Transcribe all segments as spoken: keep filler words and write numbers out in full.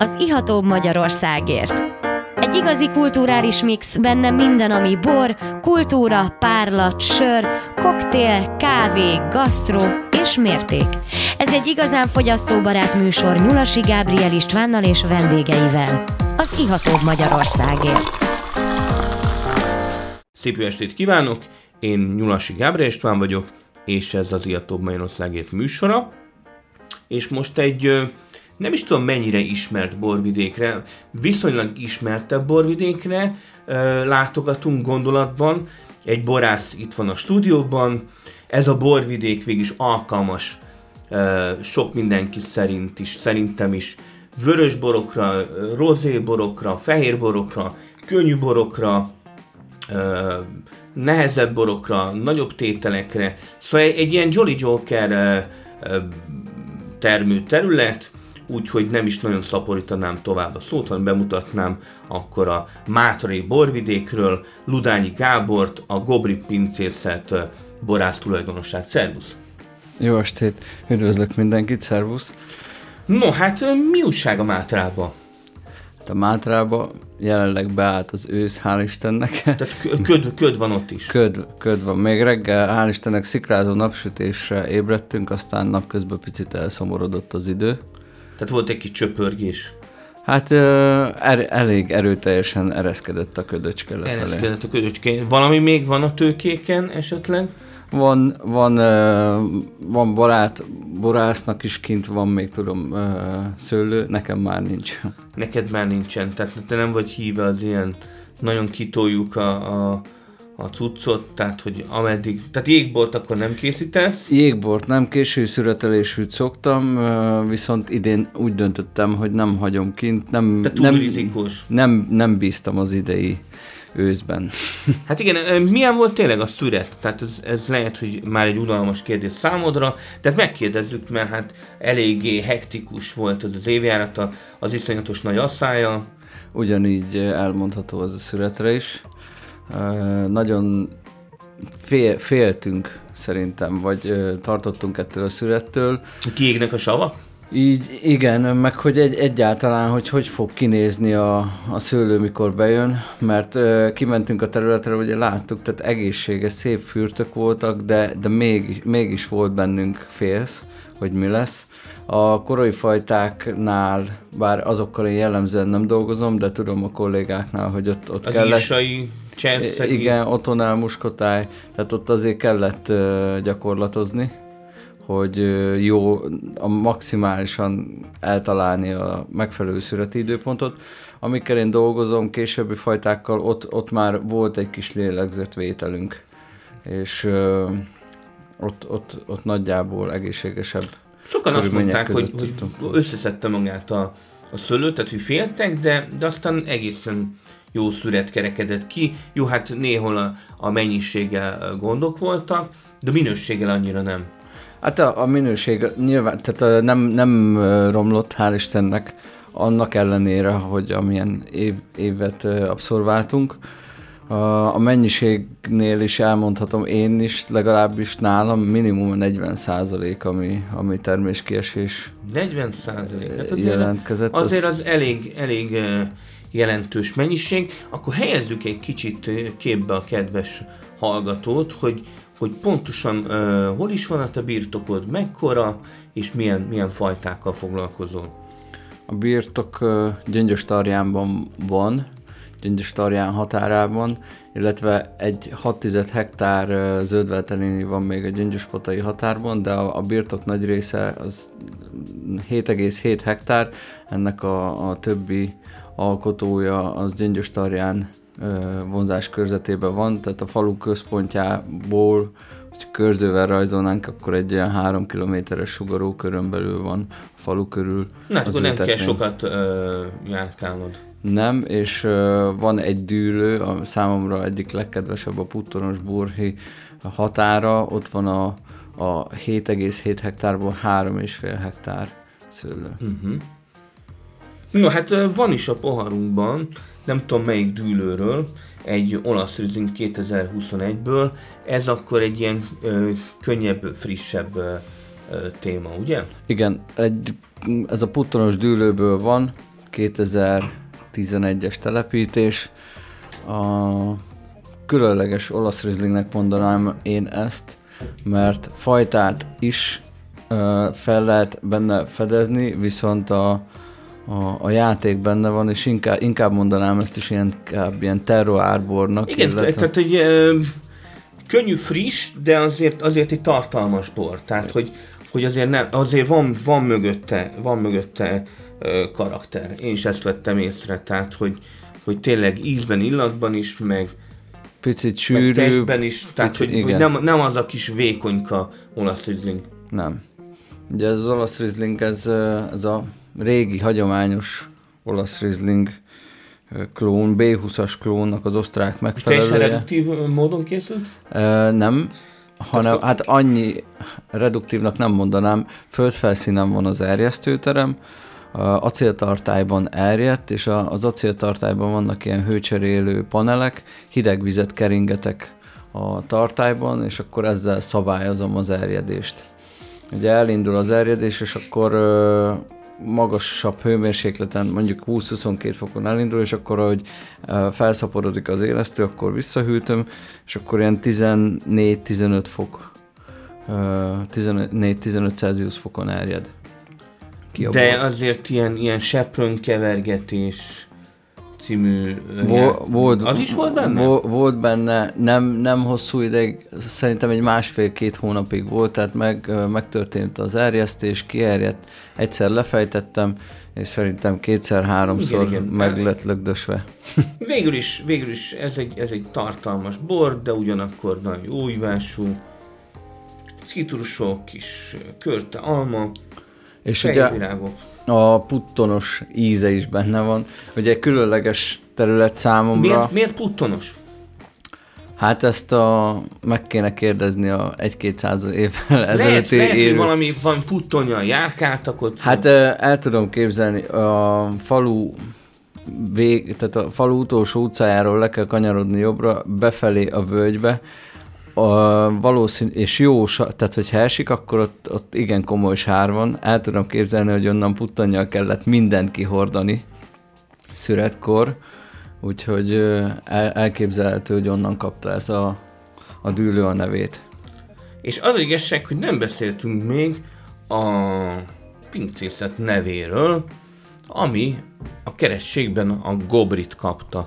az ihatóbb Magyarországért. Egy igazi kulturális mix, benne minden, ami bor, kultúra, párlat, sör, koktél, kávé, gasztró és mérték. Ez egy igazán fogyasztóbarát műsor Nyulasi Gábriel Istvánnal és vendégeivel. Az ihatóbb Magyarországért. Szép jó estét kívánok! Én Nyulasi Gábriel István vagyok, és ez az ihatóbb Magyarországért műsora. És most egy... nem is tudom mennyire ismert borvidékre, viszonylag ismertebb borvidékre ö, látogatunk gondolatban. Egy borász itt van a stúdióban. Ez a borvidék végig alkalmas ö, sok mindenki szerint is, szerintem is vörös borokra, rozé borokra, fehér borokra, könnyű borokra, ö, nehezebb borokra, nagyobb tételekre. Szóval egy, egy ilyen Jolly Joker ö, ö, termő terület, úgyhogy nem is nagyon szaporítanám tovább a szót, hanem bemutatnám akkor a mátrai borvidékről Ludányi Gábort, a Gobri pincészet borász tulajdonosát. Szervusz! Jó estét! Üdvözlök mindenkit, szervusz! No, hát mi újság a Mátrába? Hát a Mátrába jelenleg beállt az ősz, hál' Istennek. Tehát köd, köd van ott is? Köd, köd van. Még reggel, hál' Istennek, szikrázó napsütésre ébredtünk, aztán napközben picit elszomorodott az idő. Tehát volt egy kis csöpörgés. Hát er, elég erőteljesen ereszkedett a ködöcske lefelé. Ereszkedett a ködöcske. Valami még van a tőkéken esetleg? Van, van, van barát, borásznak is kint van még, tudom, szőlő, nekem már nincs. Neked már nincsen, tehát te nem vagy híve az ilyen, nagyon kitoljuk a, a, a cuccot, tehát hogy ameddig, tehát jégbort akkor nem készítesz? Jégbort nem, késő szüretelésűt szoktam, viszont idén úgy döntöttem, hogy nem hagyom kint, nem, Te túl nem, rizikós. Nem, nem bíztam az idei őszben. Hát igen, milyen volt tényleg a szüret? Tehát ez, ez lehet, hogy már egy unalmas kérdés számodra, tehát megkérdezzük, mert hát eléggé hektikus volt ez az évjárata, az iszonyatos nagy asszályal. Ugyanígy elmondható az a szüretre is. Uh, nagyon fél, féltünk szerintem, vagy uh, tartottunk ettől a szürettől. Kiégnek a savak? Így, igen, meg hogy egy, egyáltalán, hogy hogy fog kinézni a, a szőlő, mikor bejön, mert uh, kimentünk a területre, ugye láttuk, tehát egészséges, szép fürtök voltak, de, de még, mégis volt bennünk félsz, hogy mi lesz. A korai fajtáknál, bár azokkal én jellemzően nem dolgozom, de tudom a kollégáknál, hogy ott, ott az kellett... Írsai, Cserszegi. Igen, Otonál, Muskotály, tehát ott azért kellett uh, gyakorlatozni, hogy uh, jó, a maximálisan eltalálni a megfelelő szüreti időpontot. Amikkel én dolgozom, későbbi fajtákkal, ott, ott már volt egy kis lélegzetvételünk, és uh, ott, ott, ott nagyjából egészségesebb. Sokan azt mondták, hogy, hogy összeszedte magát a, a szőlőt, tehát hogy féltek, de, de aztán egészen jó szüret kerekedett ki. Jó, hát néhol a, a mennyiséggel gondok voltak, de minőséggel annyira nem. Hát a, a minőség nyilván, tehát a, nem, nem romlott, hál' Istennek, annak ellenére, hogy amilyen év, évet abszorváltunk. A, a mennyiségnél is elmondhatom én is, legalábbis nálam minimum negyven százalék, ami, ami terméskiesés negyven százalék? Hát azért, jelentkezett. Azért az elég, elég jelentős mennyiség. Akkor helyezzük egy kicsit képbe a kedves hallgatót, hogy, hogy pontosan uh, hol is van a te birtokod, mekkora, és milyen, milyen fajtákkal foglalkozol. A birtok uh, Gyöngyös-Tarjánban van, Gyöngyös-Tarján határában, illetve egy hat tized hektár uh, zöldvelteléni van még a gyöngyöspotai határban, de a, a birtok nagy része az hét egész hét hektár, ennek a, a többi alkotója az Gyöngyös-Tarján uh, vonzás körzetében van, tehát a falu központjából, hogy körzővel rajzolnánk, akkor egy olyan három kilométeres sugarókörön belül van a falu körül. Na, akkor nem kell sokat uh, járkálnod. Nem, és uh, van egy dűlő, a számomra egyik legkedvesebb a Puttonos-Burhi határa, ott van a, a hét egész hét hektárból három egész öt hektár szőlő. Uh-huh. No, hát van is a poharunkban, nem tudom melyik dűlőről, egy olasz Riesling kétezer-huszonegyből, ez akkor egy ilyen ö, könnyebb, frissebb ö, ö, téma, ugye? Igen, egy, ez a Puttonos dűlőből van, kétezer-tizenegyes telepítés. A különleges olasz rizlingnek mondanám én ezt, mert fajtát is ö, fel lehet benne fedezni, viszont a, a, a játék benne van, és inkább, inkább mondanám ezt is ilyen, ilyen terroárbornak. Igen, illetve... tehát egy ö, könnyű, friss, de azért, azért egy tartalmas bor. Tehát, hogy, hogy azért, nem, azért van, van mögötte, van mögötte ö, karakter. Én is ezt vettem észre, tehát, hogy, hogy tényleg ízben, illatban is, meg picit sűrűbb. Meg testben is, tehát picit, hogy, hogy nem, nem az a kis vékonyka olasz rizling. Nem. Ugye ez az olasz rizling, ez, ez a régi, hagyományos olasz rizling klón, bé húszas klónnak az osztrák megfelelője. Teljesen reduktív módon készült? E, nem, hanem hát annyi reduktívnak nem mondanám, földfelszínen van az erjesztőterem, acéltartályban erjedt, és az acéltartályban vannak ilyen hőcserélő panelek, hideg vizet keringetek a tartályban, és akkor ezzel szabályozom az erjedést. Ugye elindul az erjedés, és akkor ö, magasabb hőmérsékleten, mondjuk húsz-huszonkettő fokon elindul, és akkor, ahogy ö, felszaporodik az élesztő, akkor visszahűtöm, és akkor ilyen tizennégy-tizenöt fok, tizennégy-tizenöt Celsius fokon erjed. De azért ilyen, ilyen seprőnkevergetés című... Vol, volt, az is volt benne? Vol, volt benne, nem, nem hosszú ideig, szerintem egy másfél-két hónapig volt, tehát meg, megtörtént az erjesztés, kierjedt, egyszer lefejtettem, és szerintem kétszer-háromszor igen, igen. meg lett lögdösve. Végül is, végül is ez, egy, ez egy tartalmas bor, de ugyanakkor nagyon jó ívású, citrusok, kis körte alma, és ugye a puttonos íze is benne van. Ugye különleges terület számomra. Miért, miért puttonos? Hát ezt a, meg kéne kérdezni a egy-kétszáz évvel ezelőtti Lehet, év... hogy valami van puttonnyal járkáltak ott. Hát el tudom képzelni, a falu vég, tehát a falu utolsó utcájáról le kell kanyarodni jobbra, befelé a völgybe, a valószínű, és jó, tehát hogyha esik, akkor ott, ott igen komoly sár van. El tudom képzelni, hogy onnan puttonnyal kellett mindent kihordani szüretkor, úgyhogy el, elképzelhető, hogy onnan kapta ez a, a dűlő a nevét. És az igazság, hogy nem beszéltünk még a pincészet nevéről, ami a kerességben a Gobrit kapta.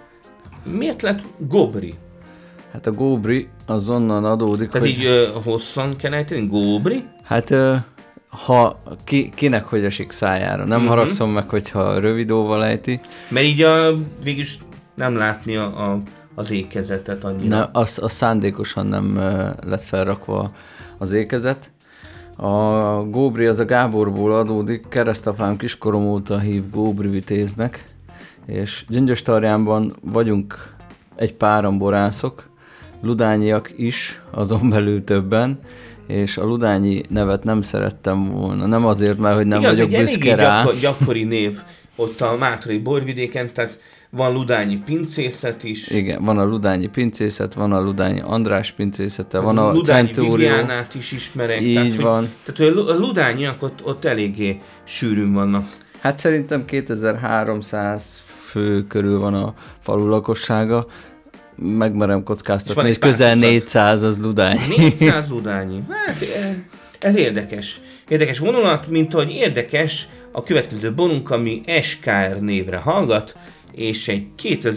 Miért lett Gobri? Hát a Góbri az onnan adódik, Tehát hogy... így ö, hosszan kell ejteni, Góbri? Hát ö, ha ki, kinek hogy esik szájára. Nem uh-huh. haragszom meg, hogyha rövidóval ejti. Mert így a, végülis nem látni a, a, az ékezetet annyira. Ne, az, az szándékosan nem ö, lett felrakva az ékezet. A Góbri az a Gáborból adódik, keresztapám kiskorom óta hív Góbri vitéznek, és Gyöngyöstarjánban vagyunk egy páran borászok, ludányiak is, azon belül többen, és a ludányi nevet nem szerettem volna. Nem azért, mert hogy nem igaz, vagyok büszke rá. Gyakor, gyakori név ott a mátrai borvidéken, tehát van ludányi pincészet is. Igen, van a ludányi pincészet, van a ludányi András pincészete, van a ludányi Centúrió. Viviánát is ismerek. Így tehát, van. Hogy, tehát hogy a ludányiak ott, ott eléggé sűrűn vannak. Hát szerintem kétezer-háromszáz fő körül van a falu lakossága. Megmerem kockáztatni, hogy közel négyszáz az ludányi. négyszáz ludányi. Hát ez érdekes. Érdekes vonulat, mint ahogy érdekes a következő bonunk, ami es ká er névre hallgat, és egy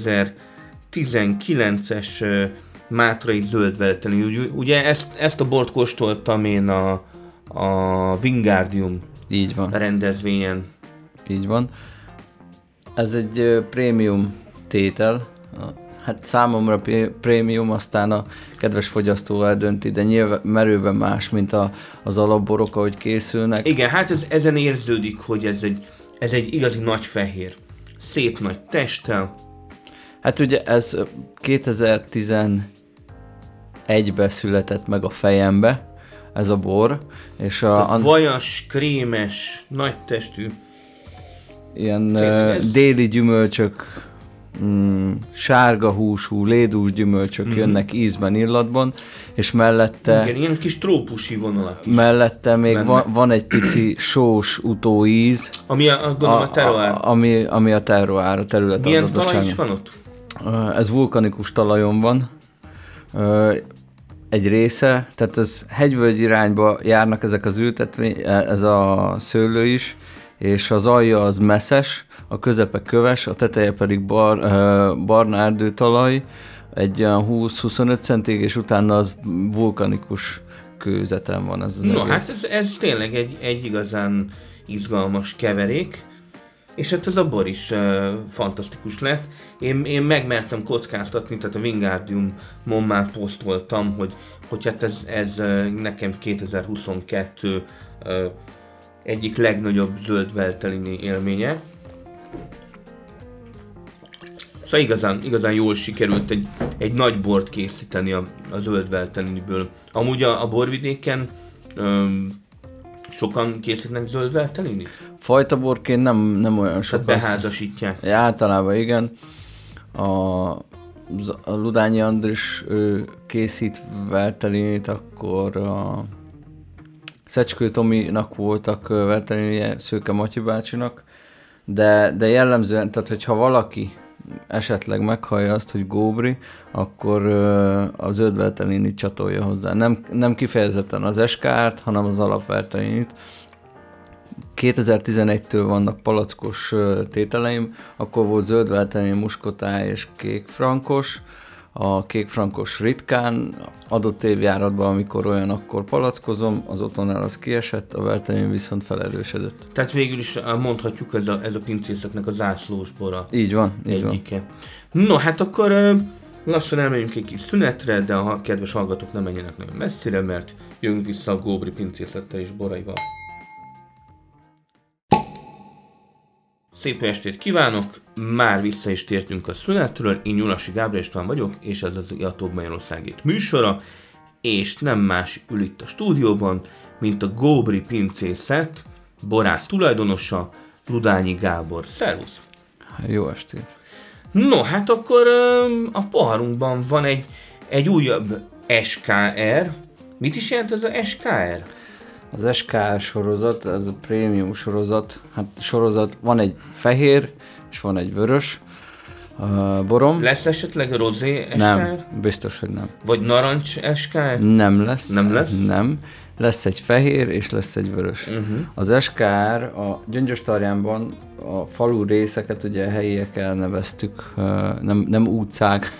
kétezer-tizenkilences mátrai zöldveleteli. Ugye ezt, ezt a bort kóstoltam én a, a Wingardium Így van. rendezvényen. Így van. Ez egy prémium tétel. Hát számomra prémium, aztán a kedves fogyasztó eldönti, de nyilván merőben más, mint a, az alapborok, ahogy készülnek. Igen, hát ez, ezen érződik, hogy ez egy, ez egy igazi nagy fehér. Szép nagy testtel. Hát ugye ez kétezer-tizenegyben született meg a fejembe, ez a bor. És a, a vajas, krémes, nagy testű. Ilyen uh, déli gyümölcsök mm, sárga húsú, lédús gyümölcsök mm-hmm. jönnek ízben, illatban, és mellette... Igen, ilyen kis trópusi vonalak is. Mellette még van, van egy pici sós utóíz. Ami a, a, a terroár. A, ami, ami a terroár, a terület milyen talaj is van ott? Ez vulkanikus talajon van. Egy része, tehát ez hegyvölgy irányba járnak ezek az ültetvény, ez a szőlő is, és az alja az messzes, a közepe köves, a teteje pedig bar, barna erdőtalaj, egy olyan húsz-huszonöt centig, és utána az vulkanikus kőzeten van ez az No, egész. hát ez, ez tényleg egy, egy igazán izgalmas keverék, és hát ez a bor is uh, fantasztikus lett. Én, én megmertem kockáztatni, tehát a Wingardiumon már posztoltam, hogy, hogy hát ez, ez uh, nekem kétezer-huszonkettő uh, egyik legnagyobb zöld Veltlini élménye. Szóval igazán, igazán jól sikerült egy, egy nagy bort készíteni a, a zöld Veltliniből. Amúgy a, a borvidéken um, sokan készítnek zöld Veltlinit? Fajtaborként nem, nem olyan sokan. Tehát beházasítják. Ja, általában igen. A, a Ludányi Andris ő készít Veltlinit, akkor a Szecskő Tominak voltak Veltlinije, Szőke Matyi bácsinak, de, de jellemzően, tehát hogyha valaki esetleg meghallja azt, hogy Góbri, akkor a zöld Veltlinit csatolja hozzá. Nem, nem kifejezetten az es ká er-t, hanem az alap Veltlinit. kétezer-tizenegytől vannak palackos tételeim, akkor volt zöld Veltlini, muskotáj és kékfrankos. A kékfrankos ritkán, adott évjáratban, amikor olyan, akkor palackozom, az otthonnál az kiesett, a Veltlin viszont felerősödött. Tehát végül is mondhatjuk, ez a, ez a pincészetnek a zászlós bora. Így van, így egyike. van. No, hát akkor lassan elmegyünk egy kis szünetre, de a kedves hallgatók nem menjenek nagyon messzire, mert jövünk vissza a Góbri pincészettel és boraival. Szép estét kívánok! Már vissza is tértünk a szünetről, én Nyulasi Gábor István vagyok, és ez az Iatóbb Magyarországét műsora, és nem más ül itt a stúdióban, mint a Góbri pincészet, borász tulajdonosa, Ludányi Gábor. Szervusz! Jó estét! No, hát akkor a poharunkban van egy, egy újabb es ká er. Mit is jelent ez a es ká er? Az es ká er sorozat, ez a prémium sorozat, hát sorozat, van egy fehér, és van egy vörös uh, borom. Lesz esetleg rozé es ká er? Nem, biztos, hogy nem. Vagy narancs es ká er? Nem lesz. Nem lesz? Nem. Lesz egy fehér, és lesz egy vörös. Uh-huh. Az es ká er a Gyöngyös-Tarjánban a falu részeket, ugye a helyiek elneveztük, uh, nem, nem utcákra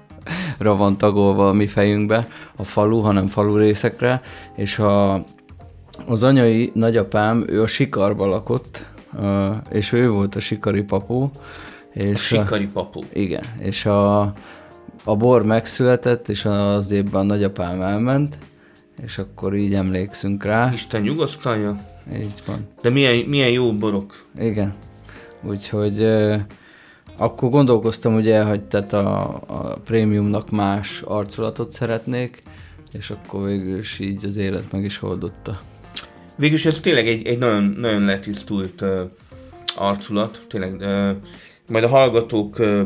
van tagolva a mi fejünkbe a falu, hanem falu részekre, és a Az anyai nagyapám, ő a Sikarba lakott, és ő volt a sikari papu. És a sikari papu. A, igen, és a, a bor megszületett, és az évben a nagyapám elment, és akkor így emlékszünk rá. Isten nyugosztalja. Így van. De milyen, milyen jó borok. Igen. Úgyhogy eh, akkor gondolkoztam ugye, hogy tehát a, a prémiumnak más arculatot szeretnék, és akkor végül is így az élet meg is oldotta. Végülis ez tényleg egy, egy nagyon, nagyon letisztult uh, arculat, tényleg, uh, majd a hallgatók, uh,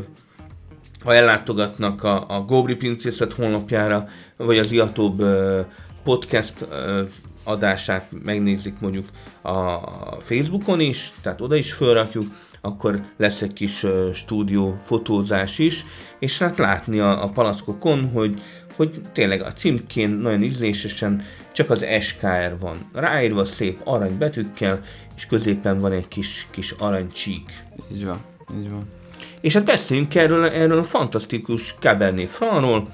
ha ellátogatnak a, a Góbri pincészet honlapjára, vagy az Iatóbb uh, podcast uh, adását megnézik mondjuk a Facebookon is, tehát oda is felrakjuk, akkor lesz egy kis uh, stúdió fotózás is, és hát látni a, a palackokon, hogy hogy tényleg a címkén nagyon ízlésesen csak az es ká er van ráírva szép aranybetűkkel, és középen van egy kis, kis aranycsík. Így van, így van. És hát beszéljünk erről, erről a fantasztikus Cabernet Francról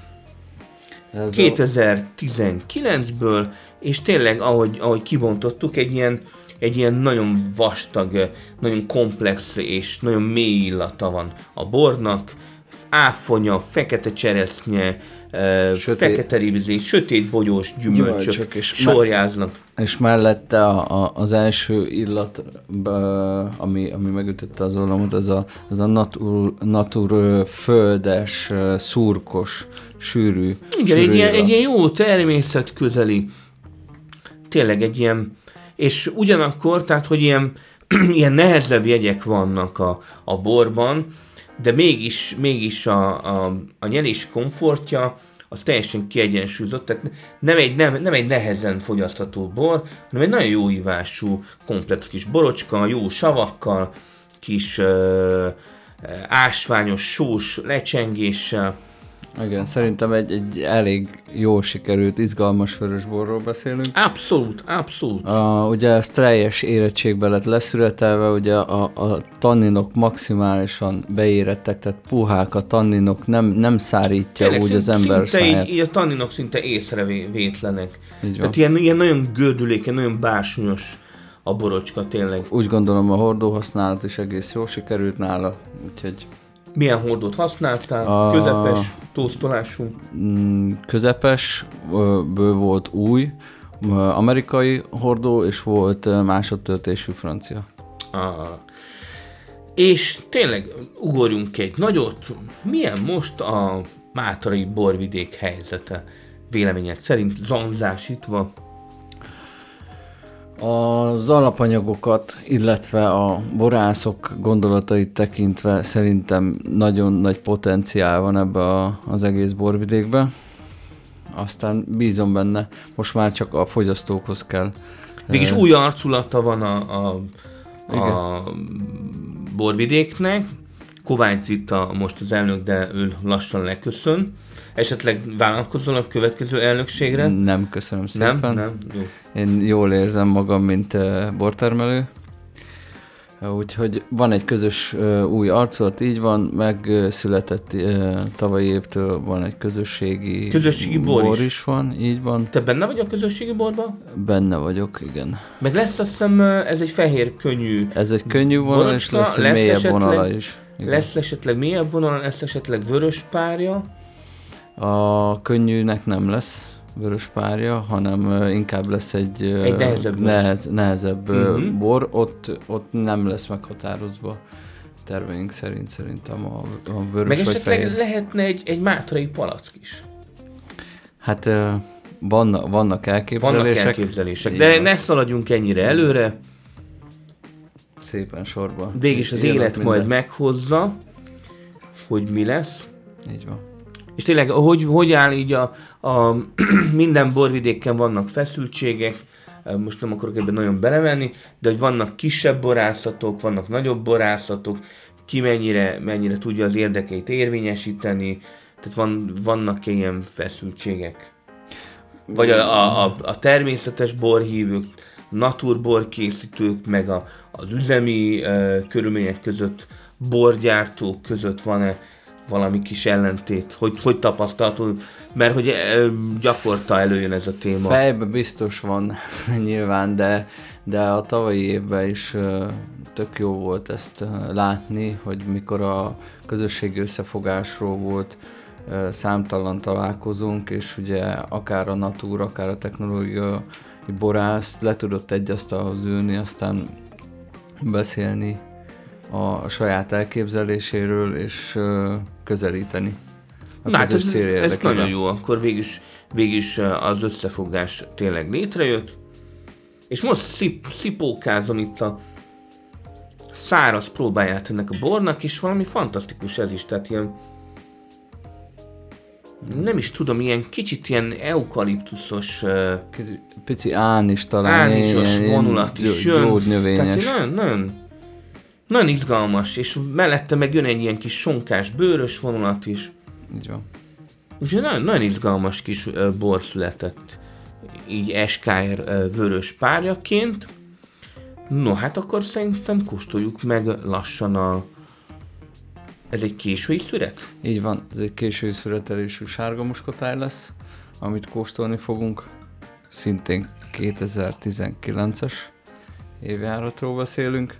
kétezer-tizenkilencből, és tényleg ahogy, ahogy kibontottuk, egy ilyen, egy ilyen nagyon vastag, nagyon komplex és nagyon mély illata van a bornak, áfonya, fekete cseresznye, sötét, fekete ribizés, sötét bogyós gyümölcsök, gyümölcsök és sorjáznak. Me- és mellette a, a, az első illat, ami, ami megütötte az orromot, az a, az a natur, natur földes, szurkos, sűrű. Igen, sűrű egy ilyen, egy ilyen jó természetközeli, tényleg egy ilyen, és ugyanakkor, tehát, hogy ilyen, ilyen nehezebb jegyek vannak a, a borban, de mégis, mégis a, a, a nyelés komfortja az teljesen kiegyensúlyozott, tehát nem egy, nem, nem egy nehezen fogyasztható bor, hanem egy nagyon jó ívású, komplex kis borocska, jó savakkal, kis uh, ásványos, sós lecsengéssel. Igen, szerintem egy, egy elég jól sikerült, izgalmas vörösborról beszélünk. Abszolút, abszolút. A, ugye ez teljes érettségbe lett leszületelve, ugye a, a tanninok maximálisan beérettek, tehát puhák a tanninok, nem, nem szárítja Tényleg, úgy az ember száját. Így, így a tanninok szinte észrevétlenek. Tehát ilyen, ilyen nagyon gördülékeny, nagyon bársonyos a borocska tényleg. Úgy gondolom a hordóhasználat is egész jól sikerült nála, úgyhogy... Milyen hordót használtál? A... Közepes, tóztolású? Közepes, ből volt új, amerikai hordó, és volt másodtöltésű francia. Ah. És tényleg ugorjunk egy nagyot. Milyen most a mátarai borvidék helyzete? Véleményed szerint zanzásítva? Az alapanyagokat, illetve a borászok gondolatait tekintve szerintem nagyon nagy potenciál van ebbe a, az egész borvidékbe. Aztán bízom benne, most már csak a fogyasztókhoz kell. Mégis új arculata van a, a, a borvidéknek. Kovács Zita most az elnök, de ő lassan leköszön. Esetleg vállalkozol a következő elnökségre? Nem, köszönöm szépen. Nem? Nem? Jó. Én jól érzem magam, mint uh, bortermelő. Úgyhogy van egy közös uh, új arculat, így van, megszületett uh, tavalyi évtől van egy közösségi, közösségi bor, bor is. is van, így van. Te benne vagy a közösségi borban? Benne vagyok, igen. Meg lesz azt hiszem, ez egy fehér könnyű Ez egy könnyű vonal, borocska, és lesz egy lesz mélyebb esetleg, vonala is. Igen. Lesz esetleg mélyebb vonal, lesz esetleg vörös párja? A könnyűnek nem lesz vörös párja, hanem inkább lesz egy, egy nehezebb, nehez, nehezebb uh-huh. bor, ott, ott nem lesz meghatározva terveink szerint szerintem a, a vörös meg vagy esetleg fehér. Lehetne egy, egy mátarai palack is. Hát vannak, vannak elképzelések. Vannak elképzelések, de van. Ne szaladjunk ennyire előre. Szépen sorba. Végis az élet minden. Majd meghozza, hogy mi lesz. Így van. És tényleg, hogy, hogy áll így a, a minden borvidéken vannak feszültségek, most nem akarok ebben nagyon belemenni, de hogy vannak kisebb borászatok, vannak nagyobb borászatok, ki mennyire, mennyire tudja az érdekeit érvényesíteni, tehát van, vannak ilyen feszültségek. Vagy a, a, a természetes borhívők, naturbor készítők, meg a, az üzemi uh, körülmények között, borgyártók között van-e valami kis ellentét, hogy, hogy tapasztaltod, mert hogy gyakorta előjön ez a téma. Fejben biztos van nyilván, de, de a tavalyi évben is uh, tök jó volt ezt uh, látni, hogy mikor a közösségi összefogásról volt uh, számtalan találkozunk, és ugye akár a Natura, akár a technológia borász le tudott egy asztalhoz ülni, aztán beszélni a saját elképzeléséről, és uh, közelíteni a Na, közös ez, cél érdekében. Ez nagyon jó, akkor végülis, végülis az összefogás tényleg létrejött. És most szip, szipókázom itt a száraz próbáját ennek a bornak, és valami fantasztikus ez is, tehát ilyen nem is tudom, ilyen kicsit ilyen eukaliptuszos, Kicsi, pici ánis talán, ánisos vonulat is jön. Gyógynövényes. Tehát nagyon, nagyon, nagyon izgalmas, és mellette meg jön egy ilyen kis sonkás, bőrös vonulat is. Így van. Úgyhogy nagyon, nagyon izgalmas kis uh, bor született, így es ká er uh, vörös párjaként. No, hát akkor szerintem kóstoljuk meg lassan a... Ez egy késői szüret? Így van, ez egy késői szüretelésű sárga muskotáj lesz, amit kóstolni fogunk. Szintén kétezer-tizenkilences évjáratról beszélünk.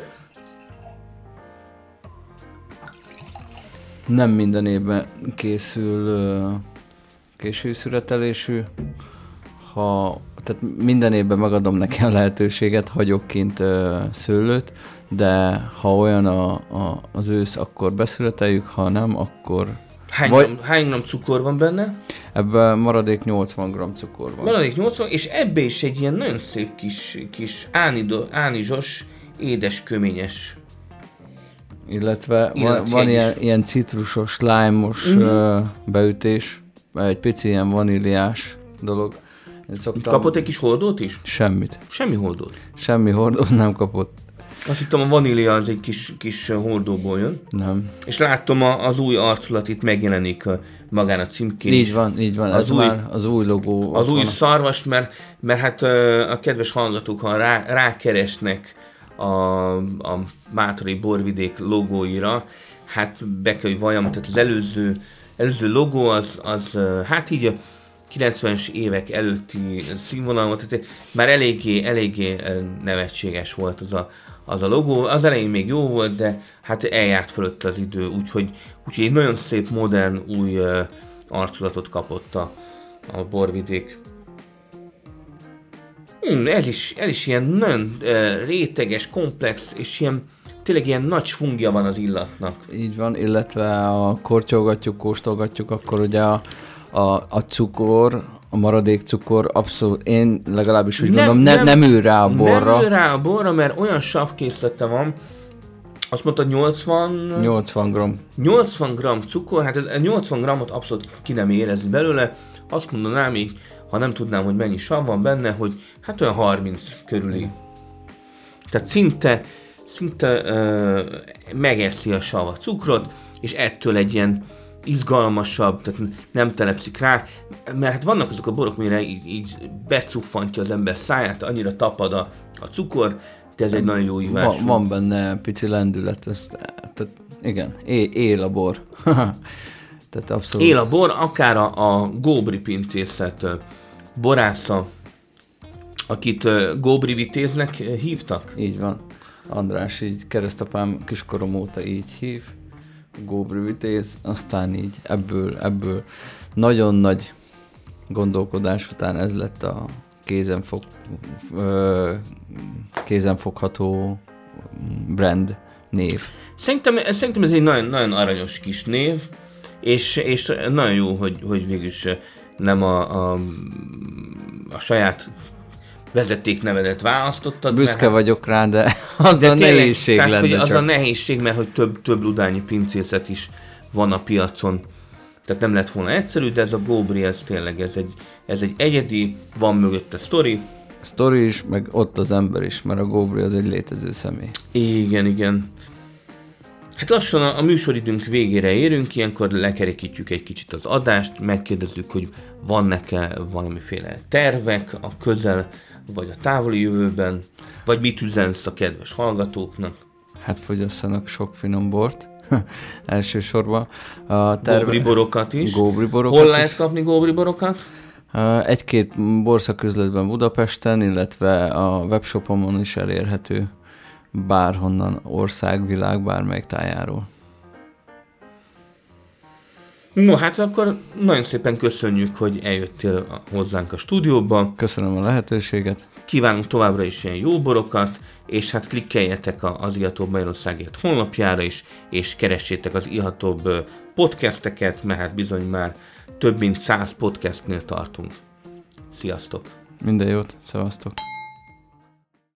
Nem minden évben készül uh, késői szüretelésű, ha, tehát minden évben megadom neki a lehetőséget, hagyok kint uh, szőlőt, de ha olyan a, a, az ősz, akkor beszületeljük, ha nem, akkor... Hány, vagy... gram, hány gram cukor van benne? Ebben maradék nyolcvan gram cukor van. Maradék nyolcvan, és ebbe is egy ilyen nagyon szép kis, kis ánido, ánizsos, édes, köményes Illetve van, van ilyen, ilyen citrusos, lime-os uh-huh. uh, beütés, egy pici ilyen vaníliás dolog. Szoktam... Kapott egy kis hordót is? Semmit. Semmi hordót? Semmi hordót nem kapott. Azt hittem, a vanília az egy kis, kis hordóból jön. Nem. És láttam, a, az új arculat itt megjelenik magán a címkén. Így van, így van. Ez új, már az új logó. Az új szarvas, mert, mert hát a kedves hallgatók, ha rá, rákeresnek a, a Mátori borvidék logóira, hát be kell, hogy valljam, tehát az előző, előző logó az, az hát így a kilencvenes évek előtti színvonal volt, tehát már eléggé, eléggé nevetséges volt az a, az a logó. Az elején még jó volt, de hát eljárt fölött az idő, úgyhogy, úgyhogy egy nagyon szép, modern, új uh, arculatot kapott a, a borvidék. Hmm, ez, is, ez is ilyen nagyon uh, réteges, komplex, és ilyen tényleg ilyen nagy svungja van az illatnak. Így van, illetve a kortyolgatjuk, kóstolgatjuk, akkor ugye a A, a cukor, a maradék cukor abszolút, én legalábbis úgy nem, gondolom, ne, nem, nem ül rá a borra. Nem ül rá a borra, mert olyan savkészlete van, azt mondtad nyolcvan... nyolcvan gramm. nyolcvan gramm cukor, hát ez nyolcvan grammot abszolút ki nem érezni belőle. Azt mondanám így, ha nem tudnám, hogy mennyi sav van benne, hogy hát olyan harminc körüli. Tehát szinte, szinte uh, megeszi a sav a cukrot, és ettől egy ilyen izgalmasabb, tehát nem telepszik rá, mert hát vannak azok a borok, mire így, így becuffantja az ember száját, annyira tapad a, a cukor, de ez egy nagyon jó ívás. Van, van benne pici lendület, ezt, tehát igen, él, él a bor. Tehát abszolút. Él a bor, akár a, a Góbri pincészet borásza, akit Góbri vitéznek hívtak. Így van. András, így keresztapám kiskorom óta így hív. Góbri vitéz, aztán így ebből, ebből nagyon nagy gondolkodás után ez lett a kézenfog, ö, kézenfogható brand név. Szerintem, szerintem ez egy nagyon, nagyon aranyos kis név, és, és nagyon jó, hogy, hogy végülis nem a, a, a saját vezetéknevedet választottad. Büszke mert, vagyok rá, de az de a tényleg, nehézség tehát, lenne az csak. a nehézség, mert hogy több, több ludányi pincészet is van a piacon. Tehát nem lett volna egyszerű, de ez a Góbri, ez tényleg, ez egy, ez egy egyedi, van mögötte sztori. Sztori is, meg ott az ember is, mert a Góbri az egy létező személy. Igen, igen. Hát lassan a, a műsoridőnk végére érünk, ilyenkor lekerekítjük egy kicsit az adást, megkérdezzük, hogy vannak-e valamiféle tervek a közel vagy a távoli jövőben, vagy mit üzensz a kedves hallgatóknak? Hát fogyasszanak sok finom bort, elsősorban. A terve... Góbri borokat is. Góbri borokat Hol is. lehet kapni góbri borokat? Egy-két borszaküzletben Budapesten, illetve a webshopomon is elérhető bárhonnan, ország, világ, bármelyik tájáról. No, hát akkor nagyon szépen köszönjük, hogy eljöttél hozzánk a stúdióba. Köszönöm a lehetőséget. Kívánunk továbbra is ilyen jó borokat, és hát klikkeljetek az Ihatóbb Magyarországért honlapjára is, és keressétek az Ihatóbb podcasteket, mert hát bizony már több mint száz podcastnél tartunk. Sziasztok! Minden jót, szevasztok!